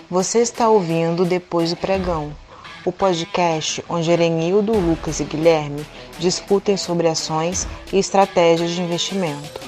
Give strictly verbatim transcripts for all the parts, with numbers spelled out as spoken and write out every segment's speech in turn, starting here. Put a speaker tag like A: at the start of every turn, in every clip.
A: Você está ouvindo Depois do Pregão, o podcast onde Erenildo, Lucas e Guilherme discutem sobre ações e estratégias de investimento.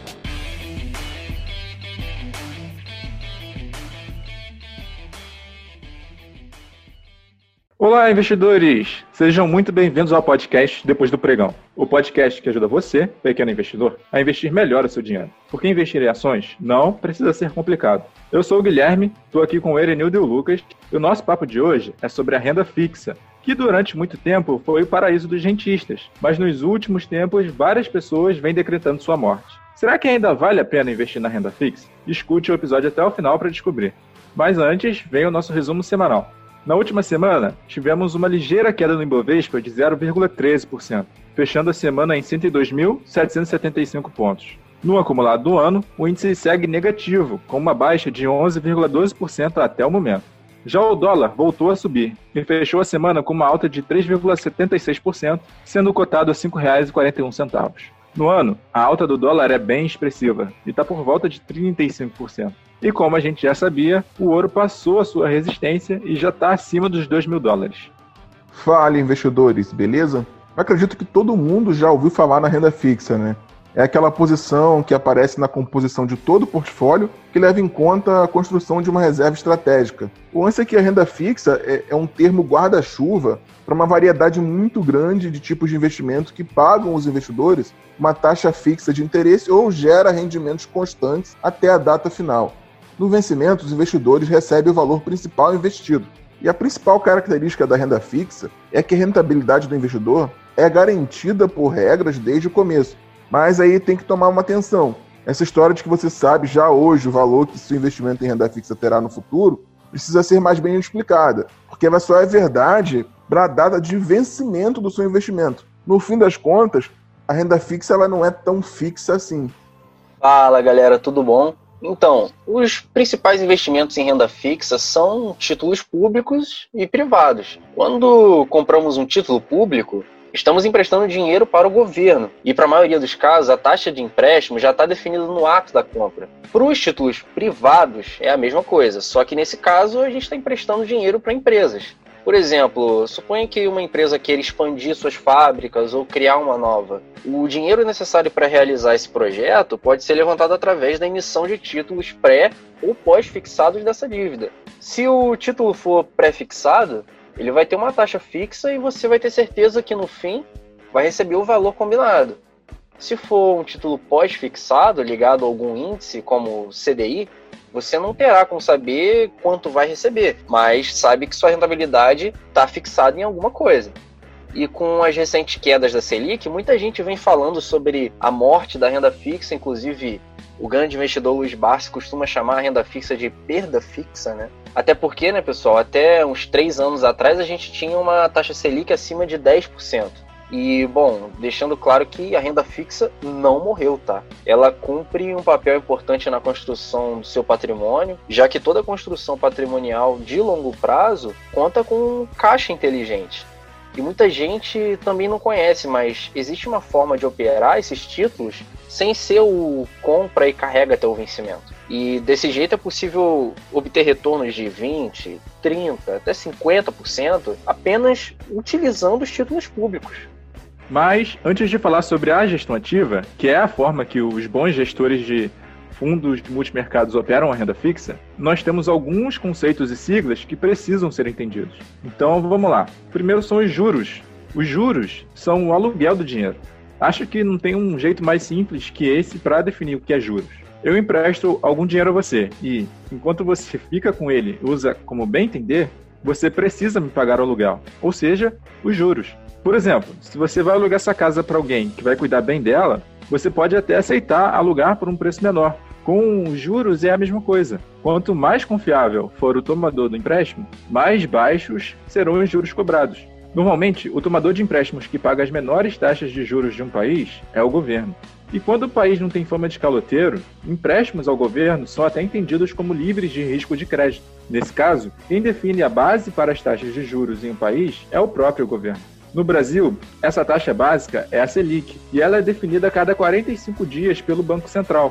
B: Olá, investidores! Sejam muito bem-vindos ao podcast Depois do Pregão, o podcast que ajuda você, pequeno investidor, a investir melhor o seu dinheiro. Porque investir em ações não precisa ser complicado. Eu sou o Guilherme, estou aqui com o Erenildo e o Lucas, e o nosso papo de hoje é sobre a renda fixa, que durante muito tempo foi o paraíso dos rentistas, mas nos últimos tempos várias pessoas vêm decretando sua morte. Será que ainda vale a pena investir na renda fixa? Escute o episódio até o final para descobrir. Mas antes, vem o nosso resumo semanal. Na última semana, tivemos uma ligeira queda no Ibovespa de zero vírgula treze por cento, fechando a semana em cento e dois mil setecentos e setenta e cinco pontos. No acumulado do ano, o índice segue negativo, com uma baixa de onze vírgula doze por cento até o momento. Já o dólar voltou a subir e fechou a semana com uma alta de três vírgula setenta e seis por cento, sendo cotado a cinco reais e quarenta e um centavos. No ano, a alta do dólar é bem expressiva e está por volta de trinta e cinco por cento. E como a gente já sabia, o ouro passou a sua resistência e já está acima dos dois mil dólares.
C: Fala, investidores, beleza? Eu acredito que todo mundo já ouviu falar na renda fixa, né? É aquela posição que aparece na composição de todo o portfólio que leva em conta a construção de uma reserva estratégica. O lance é que a renda fixa é, é um termo guarda-chuva para uma variedade muito grande de tipos de investimento que pagam os investidores uma taxa fixa de interesse ou gera rendimentos constantes até a data final. No vencimento, os investidores recebem o valor principal investido. E a principal característica da renda fixa é que a rentabilidade do investidor é garantida por regras desde o começo. Mas aí tem que tomar uma atenção. Essa história de que você sabe já hoje o valor que seu investimento em renda fixa terá no futuro precisa ser mais bem explicada, porque ela só é verdade para a data de vencimento do seu investimento. No fim das contas, a renda fixa ela não é tão fixa assim.
D: Fala, galera, tudo bom? Então, os principais investimentos em renda fixa são títulos públicos e privados. Quando compramos um título público, estamos emprestando dinheiro para o governo e, para a maioria dos casos, a taxa de empréstimo já está definida no ato da compra. Para os títulos privados é a mesma coisa, só que nesse caso a gente está emprestando dinheiro para empresas. Por exemplo, suponha que uma empresa queira expandir suas fábricas ou criar uma nova. O dinheiro necessário para realizar esse projeto pode ser levantado através da emissão de títulos pré- ou pós-fixados dessa dívida. Se o título for pré-fixado, ele vai ter uma taxa fixa e você vai ter certeza que no fim vai receber o valor combinado. Se for um título pós-fixado ligado a algum índice, como C D I, você não terá como saber quanto vai receber, mas sabe que sua rentabilidade está fixada em alguma coisa. E com as recentes quedas da Selic, muita gente vem falando sobre a morte da renda fixa, inclusive o grande investidor Luiz Barsi costuma chamar a renda fixa de perda fixa, né? Até porque, né, pessoal, até uns três anos atrás a gente tinha uma taxa Selic acima de dez por cento. E, bom, deixando claro que a renda fixa não morreu, tá? Ela cumpre um papel importante na construção do seu patrimônio, já que toda construção patrimonial de longo prazo conta com caixa inteligente. E muita gente também não conhece, mas existe uma forma de operar esses títulos sem ser o compra e carrega até o vencimento. E desse jeito é possível obter retornos de vinte, trinta, até cinquenta por cento apenas utilizando os títulos públicos.
B: Mas, antes de falar sobre a gestão ativa, que é a forma que os bons gestores de fundos multimercados operam a renda fixa, nós temos alguns conceitos e siglas que precisam ser entendidos. Então, vamos lá. Primeiro são os juros. Os juros são o aluguel do dinheiro. Acho que não tem um jeito mais simples que esse para definir o que é juros. Eu empresto algum dinheiro a você e, enquanto você fica com ele e usa como bem entender, você precisa me pagar o aluguel, ou seja, os juros. Por exemplo, se você vai alugar essa casa para alguém que vai cuidar bem dela, você pode até aceitar alugar por um preço menor. Com os juros é a mesma coisa. Quanto mais confiável for o tomador do empréstimo, mais baixos serão os juros cobrados. Normalmente, o tomador de empréstimos que paga as menores taxas de juros de um país é o governo. E quando o país não tem fama de caloteiro, empréstimos ao governo são até entendidos como livres de risco de crédito. Nesse caso, quem define a base para as taxas de juros em um país é o próprio governo. No Brasil, essa taxa básica é a Selic, e ela é definida a cada quarenta e cinco dias pelo Banco Central.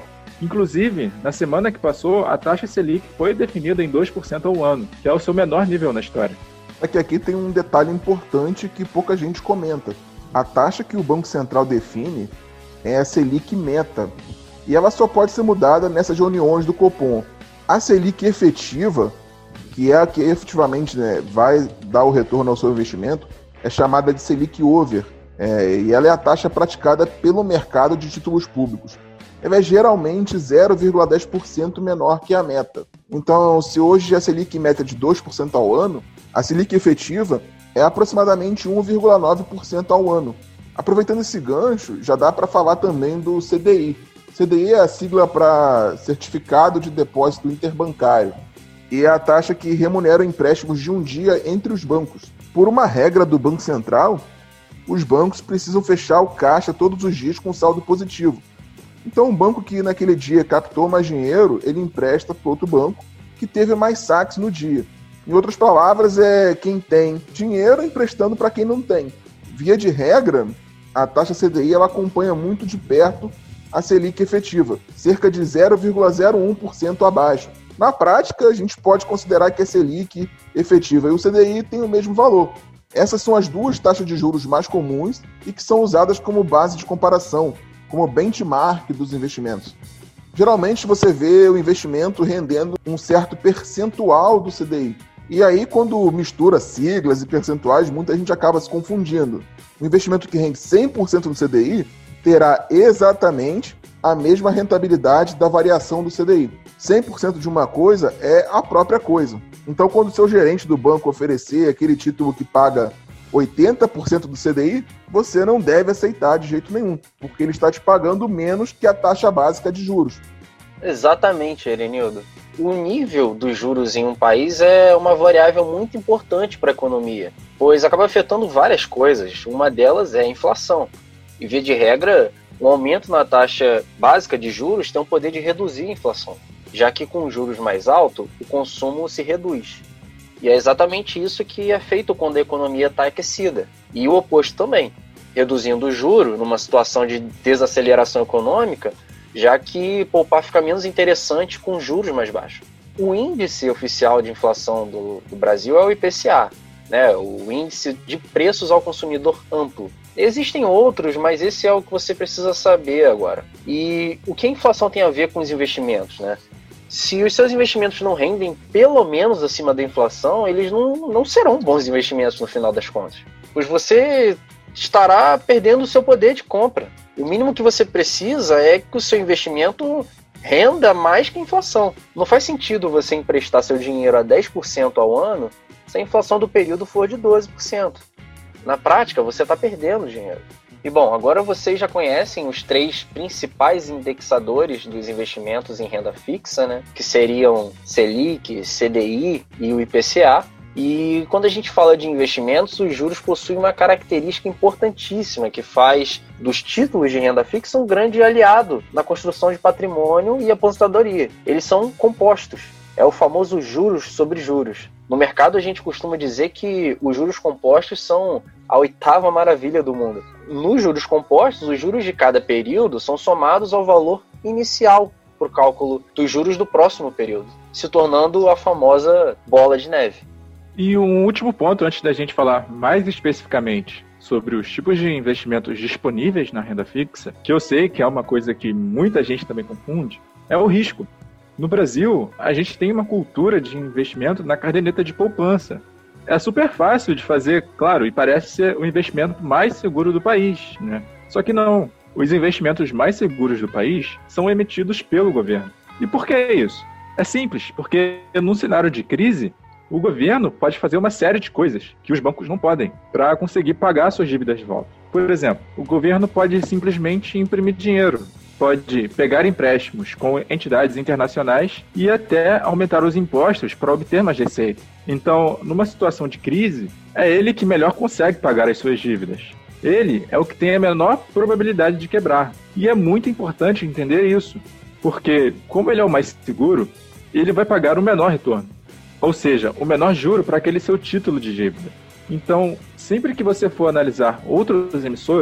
B: Inclusive, na semana que passou, a taxa Selic foi definida em dois por cento ao ano, que é o seu menor nível na história.
C: É que aqui tem um detalhe importante que pouca gente comenta. A taxa que o Banco Central define é a Selic meta, e ela só pode ser mudada nessas reuniões do Copom. A Selic efetiva, que é a que efetivamente, né, vai dar o retorno ao seu investimento, é chamada de Selic Over, é, e ela é a taxa praticada pelo mercado de títulos públicos. Ela é geralmente zero vírgula dez por cento menor que a meta. Então, se hoje a Selic meta é de dois por cento ao ano, a Selic efetiva é aproximadamente um vírgula nove por cento ao ano. Aproveitando esse gancho, já dá para falar também do C D I. C D I é a sigla para Certificado de Depósito Interbancário, e é a taxa que remunera empréstimos de um dia entre os bancos. Por uma regra do Banco Central, os bancos precisam fechar o caixa todos os dias com saldo positivo. Então, um banco que naquele dia captou mais dinheiro, ele empresta para outro banco que teve mais saques no dia. Em outras palavras, é quem tem dinheiro emprestando para quem não tem. Via de regra, a taxa C D I ela acompanha muito de perto a Selic efetiva, cerca de zero vírgula zero um por cento abaixo. Na prática, a gente pode considerar que a Selic efetiva e o C D I têm o mesmo valor. Essas são as duas taxas de juros mais comuns e que são usadas como base de comparação, como benchmark dos investimentos. Geralmente você vê o investimento rendendo um certo percentual do C D I. E aí, quando mistura siglas e percentuais, muita gente acaba se confundindo. O investimento que rende cem por cento do C D I terá exatamente a mesma rentabilidade da variação do C D I. cem por cento de uma coisa é a própria coisa. Então, quando o seu gerente do banco oferecer aquele título que paga oitenta por cento do C D I, você não deve aceitar de jeito nenhum, porque ele está te pagando menos que a taxa básica de juros.
D: Exatamente, Erenildo. O nível dos juros em um país é uma variável muito importante para a economia, pois acaba afetando várias coisas. Uma delas é a inflação. E, via de regra, o aumento na taxa básica de juros tem o poder de reduzir a inflação, já que com juros mais altos, o consumo se reduz. E é exatamente isso que é feito quando a economia está aquecida. E o oposto também, reduzindo o juro numa situação de desaceleração econômica, já que poupar fica menos interessante com juros mais baixos. O índice oficial de inflação do, do Brasil é o I P C A, né? O Índice de Preços ao Consumidor Amplo. Existem outros, mas esse é o que você precisa saber agora. E o que a inflação tem a ver com os investimentos, né? Se os seus investimentos não rendem pelo menos acima da inflação, eles não, não serão bons investimentos no final das contas. Pois você estará perdendo o seu poder de compra. O mínimo que você precisa é que o seu investimento renda mais que a inflação. Não faz sentido você emprestar seu dinheiro a dez por cento ao ano se a inflação do período for de doze por cento. Na prática, você está perdendo dinheiro. E bom, agora vocês já conhecem os três principais indexadores dos investimentos em renda fixa, né? Que seriam Selic, C D I e o I P C A. E quando a gente fala de investimentos, os juros possuem uma característica importantíssima que faz dos títulos de renda fixa um grande aliado na construção de patrimônio e aposentadoria. Eles são compostos. É o famoso juros sobre juros. No mercado, a gente costuma dizer que os juros compostos são a oitava maravilha do mundo. Nos juros compostos, os juros de cada período são somados ao valor inicial para o cálculo dos juros do próximo período, se tornando a famosa bola de neve.
B: E um último ponto, antes da gente falar mais especificamente sobre os tipos de investimentos disponíveis na renda fixa, que eu sei que é uma coisa que muita gente também confunde, é o risco. No Brasil, a gente tem uma cultura de investimento na caderneta de poupança. É super fácil de fazer, claro, e parece ser o investimento mais seguro do país, né? Só que não. Os investimentos mais seguros do país são emitidos pelo governo. E por que isso? É simples, porque num cenário de crise, o governo pode fazer uma série de coisas que os bancos não podem para conseguir pagar suas dívidas de volta. Por exemplo, o governo pode simplesmente imprimir dinheiro, pode pegar empréstimos com entidades internacionais e até aumentar os impostos para obter mais receita. Então, numa situação de crise, é ele que melhor consegue pagar as suas dívidas. Ele é o que tem a menor probabilidade de quebrar. E é muito importante entender isso, porque como ele é o mais seguro, ele vai pagar o menor retorno. Ou seja, o menor juro para aquele seu título de dívida. Então, sempre que você for analisar outros emissores,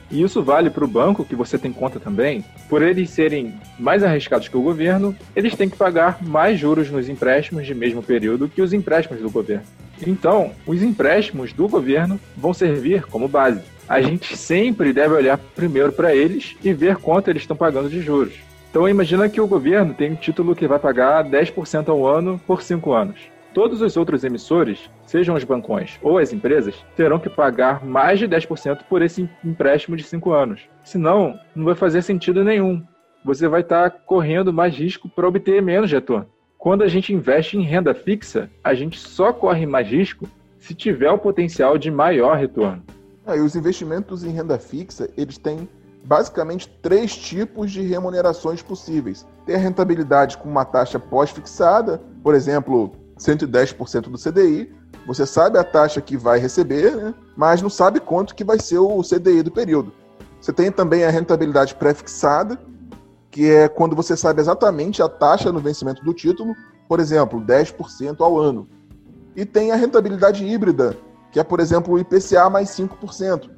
B: E isso vale para o banco, que você tem conta também. Por eles serem mais arriscados que o governo, eles têm que pagar mais juros nos empréstimos de mesmo período que os empréstimos do governo. Então, os empréstimos do governo vão servir como base. A gente sempre deve olhar primeiro para eles e ver quanto eles estão pagando de juros. Então, imagina que o governo tem um título que vai pagar dez por cento ao ano por cinco anos. Todos os outros emissores, sejam os bancões ou as empresas, terão que pagar mais de dez por cento por esse empréstimo de cinco anos. Senão, não vai fazer sentido nenhum. Você vai estar correndo mais risco para obter menos retorno. Quando a gente investe em renda fixa, a gente só corre mais risco se tiver o potencial de maior retorno.
C: Ah, e os investimentos em renda fixa, eles têm basicamente três tipos de remunerações possíveis. Tem a rentabilidade com uma taxa pós-fixada, por exemplo, cento e dez por cento do C D I. Você sabe a taxa que vai receber, né? Mas não sabe quanto que vai ser o C D I do período. Você tem também a rentabilidade pré-fixada, que é quando você sabe exatamente a taxa no vencimento do título, por exemplo, dez por cento ao ano. E tem a rentabilidade híbrida, que é, por exemplo, o I P C A mais cinco por cento.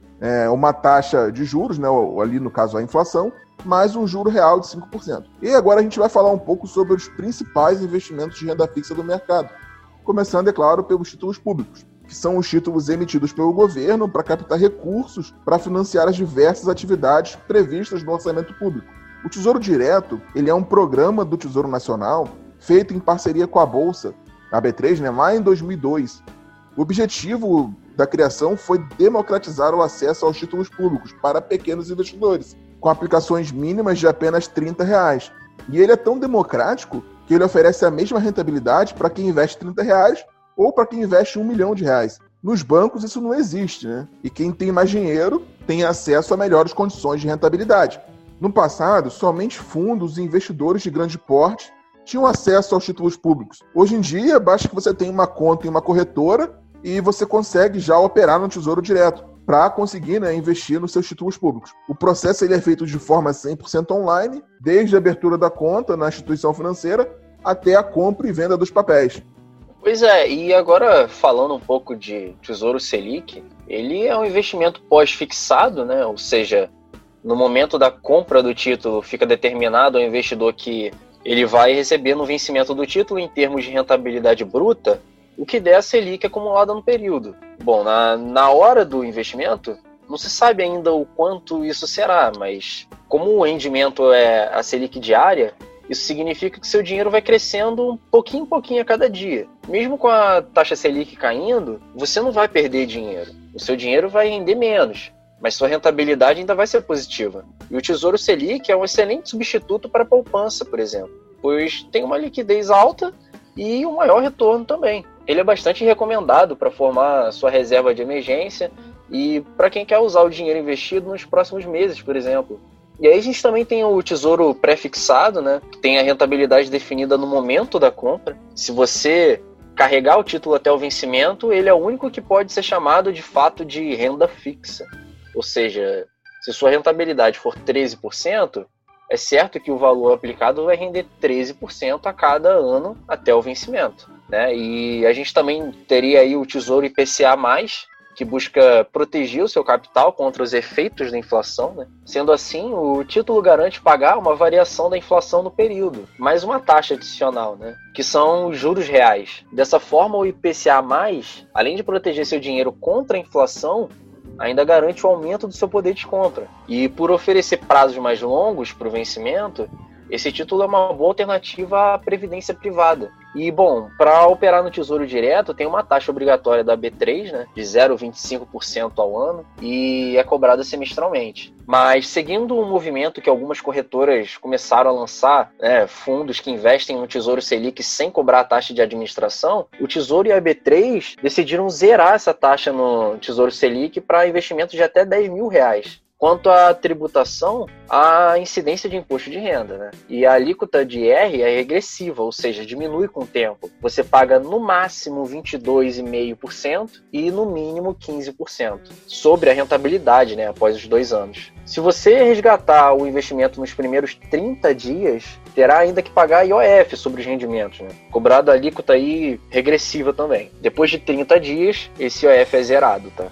C: É uma taxa de juros, né, ali no caso a inflação, mais um juro real de cinco por cento. E agora a gente vai falar um pouco sobre os principais investimentos de renda fixa do mercado. Começando, é claro, pelos títulos públicos, que são os títulos emitidos pelo governo para captar recursos para financiar as diversas atividades previstas no orçamento público. O Tesouro Direto, ele é um programa do Tesouro Nacional feito em parceria com a Bolsa, a B três, né, lá em dois mil e dois. O objetivo da criação foi democratizar o acesso aos títulos públicos para pequenos investidores, com aplicações mínimas de apenas trinta reais. E ele é tão democrático que ele oferece a mesma rentabilidade para quem investe trinta reais ou para quem investe um milhão de reais. Nos bancos isso não existe, né? E quem tem mais dinheiro tem acesso a melhores condições de rentabilidade. No passado, somente fundos e investidores de grande porte tinham acesso aos títulos públicos. Hoje em dia, basta que você tenha uma conta em uma corretora e você consegue já operar no Tesouro Direto para conseguir, né, investir nos seus títulos públicos. O processo ele é feito de forma cem por cento online, desde a abertura da conta na instituição financeira até a compra e venda dos papéis.
D: Pois é, e agora falando um pouco de Tesouro Selic, ele é um investimento pós-fixado, né? Ou seja, no momento da compra do título fica determinado ao investidor que ele vai receber no vencimento do título em termos de rentabilidade bruta o que der a Selic acumulada no período. Bom, na, na hora do investimento, não se sabe ainda o quanto isso será, mas como o rendimento é a Selic diária, isso significa que seu dinheiro vai crescendo um pouquinho em pouquinho a cada dia. Mesmo com a taxa Selic caindo, você não vai perder dinheiro. O seu dinheiro vai render menos, mas sua rentabilidade ainda vai ser positiva. E o Tesouro Selic é um excelente substituto para a poupança, por exemplo, pois tem uma liquidez alta e um maior retorno também. Ele é bastante recomendado para formar sua reserva de emergência e para quem quer usar o dinheiro investido nos próximos meses, por exemplo. E aí a gente também tem o Tesouro Pré-fixado, né, que tem a rentabilidade definida no momento da compra. Se você carregar o título até o vencimento, ele é o único que pode ser chamado de fato de renda fixa. Ou seja, se sua rentabilidade for treze por cento, é certo que o valor aplicado vai render treze por cento a cada ano até o vencimento, né? E a gente também teria aí o Tesouro I P C A mais, que busca proteger o seu capital contra os efeitos da inflação, né? Sendo assim, o título garante pagar uma variação da inflação no período, mais uma taxa adicional, né? Que são os juros reais. Dessa forma, o I P C A mais, além de proteger seu dinheiro contra a inflação, ainda garante o aumento do seu poder de compra. E por oferecer prazos mais longos para o vencimento, esse título é uma boa alternativa à previdência privada. E, bom, para operar no Tesouro Direto, tem uma taxa obrigatória da B três, né, de zero vírgula vinte e cinco por cento ao ano, e é cobrada semestralmente. Mas, seguindo um movimento que algumas corretoras começaram a lançar, né, fundos que investem no Tesouro Selic sem cobrar a taxa de administração, o Tesouro e a B três decidiram zerar essa taxa no Tesouro Selic para investimentos de até dez mil reais. Quanto à tributação, a incidência de imposto de renda, né? E a alíquota de I R é regressiva, ou seja, diminui com o tempo. Você paga no máximo vinte e dois vírgula cinco por cento e no mínimo quinze por cento sobre a rentabilidade, né, após os dois anos. Se você resgatar o investimento nos primeiros trinta dias, terá ainda que pagar I O F sobre os rendimentos, né? Cobrado a alíquota aí regressiva também. Depois de trinta dias, esse I O F é zerado, tá?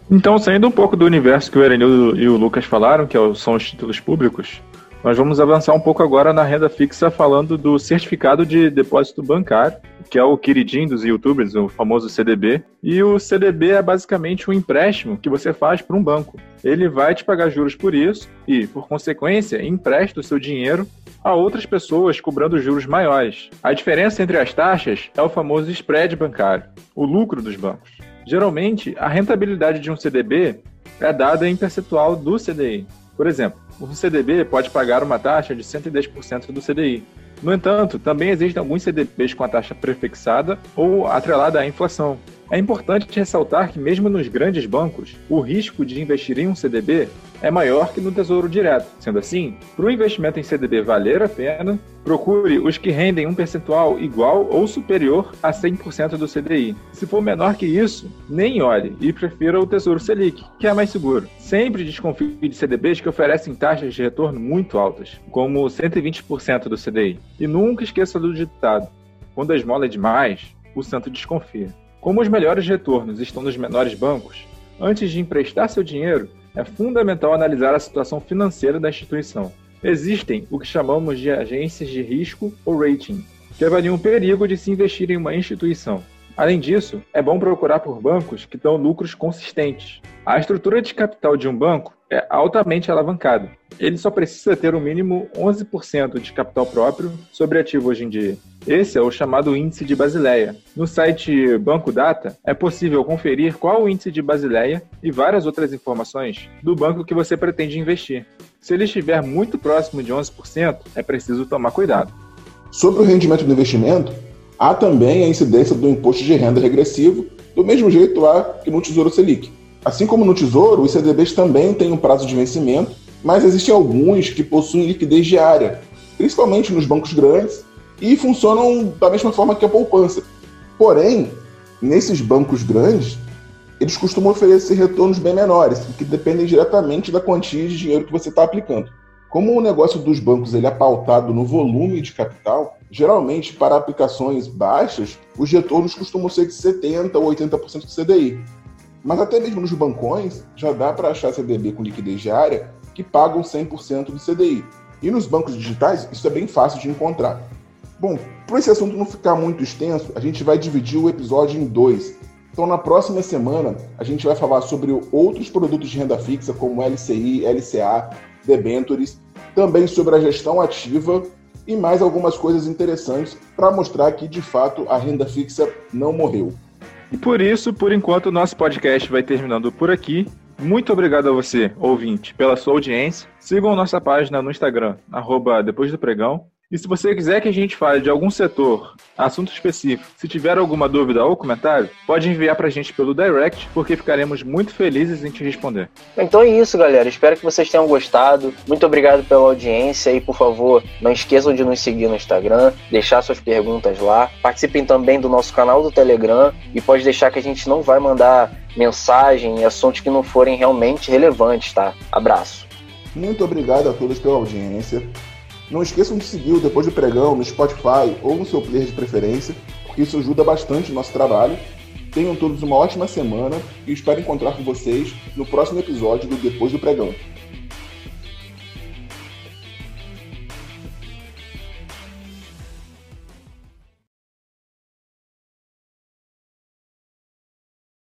B: Então, saindo um pouco do universo que o Erenildo e o Lucas falaram, que são os títulos públicos, nós vamos avançar um pouco agora na renda fixa falando do certificado de depósito bancário, que é o queridinho dos youtubers, o famoso C D B. E o C D B é basicamente um empréstimo que você faz para um banco. Ele vai te pagar juros por isso e, por consequência, empresta o seu dinheiro a outras pessoas cobrando juros maiores. A diferença entre as taxas é o famoso spread bancário, o lucro dos bancos. Geralmente, a rentabilidade de um C D B é dada em percentual do C D I. Por exemplo, um C D B pode pagar uma taxa de cento e dez por cento do C D I. No entanto, também existem alguns C D Bs com a taxa prefixada ou atrelada à inflação. É importante ressaltar que mesmo nos grandes bancos, o risco de investir em um C D B é maior que no Tesouro Direto. Sendo assim, para o investimento em C D B valer a pena, procure os que rendem um percentual igual ou superior a cem por cento do C D I. Se for menor que isso, nem olhe e prefira o Tesouro Selic, que é mais seguro. Sempre desconfie de C D Bs que oferecem taxas de retorno muito altas, como cento e vinte por cento do C D I. E nunca esqueça do ditado: quando a esmola é demais, o santo desconfia. Como os melhores retornos estão nos menores bancos, antes de emprestar seu dinheiro, é fundamental analisar a situação financeira da instituição. Existem o que chamamos de agências de risco ou rating, que avaliam o perigo de se investir em uma instituição. Além disso, é bom procurar por bancos que dão lucros consistentes. A estrutura de capital de um banco é altamente alavancada. Ele só precisa ter o mínimo onze por cento de capital próprio sobre ativo hoje em dia. Esse é o chamado índice de Basileia. No site Banco Data, é possível conferir qual o índice de Basileia e várias outras informações do banco que você pretende investir. Se ele estiver muito próximo de onze por cento, é preciso tomar cuidado.
C: Sobre o rendimento do investimento, há também a incidência do imposto de renda regressivo, do mesmo jeito há que no Tesouro Selic. Assim como no Tesouro, os C D Bs também têm um prazo de vencimento, mas existem alguns que possuem liquidez diária, principalmente nos bancos grandes, e funcionam da mesma forma que a poupança. Porém, nesses bancos grandes, eles costumam oferecer retornos bem menores, que dependem diretamente da quantia de dinheiro que você está aplicando. Como o negócio dos bancos ele é pautado no volume de capital, geralmente para aplicações baixas, os retornos costumam ser de setenta por cento ou oitenta por cento do C D I. Mas até mesmo nos bancões, já dá para achar C D B com liquidez diária que pagam cem por cento do C D I. E nos bancos digitais, isso é bem fácil de encontrar. Bom, para esse assunto não ficar muito extenso, a gente vai dividir o episódio em dois. Então, na próxima semana, a gente vai falar sobre outros produtos de renda fixa, como L C I, L C A, debentures, também sobre a gestão ativa e mais algumas coisas interessantes para mostrar que, de fato, a renda fixa não morreu.
B: E por isso, por enquanto, o nosso podcast vai terminando por aqui. Muito obrigado a você, ouvinte, pela sua audiência. Sigam nossa página no Instagram, arroba Depois do Pregão. E se você quiser que a gente fale de algum setor, assunto específico, se tiver alguma dúvida ou comentário, pode enviar pra gente pelo direct, porque ficaremos muito felizes em te responder.
D: Então é isso, galera. Espero que vocês tenham gostado. Muito obrigado pela audiência e, por favor, não esqueçam de nos seguir no Instagram, deixar suas perguntas lá. Participem também do nosso canal do Telegram e pode deixar que a gente não vai mandar mensagem e assuntos que não forem realmente relevantes, tá? Abraço.
C: Muito obrigado a todos pela audiência. Não esqueçam de seguir o Depois do Pregão no Spotify ou no seu player de preferência, porque isso ajuda bastante o nosso trabalho. Tenham todos uma ótima semana e espero encontrar com vocês no próximo episódio do Depois do Pregão.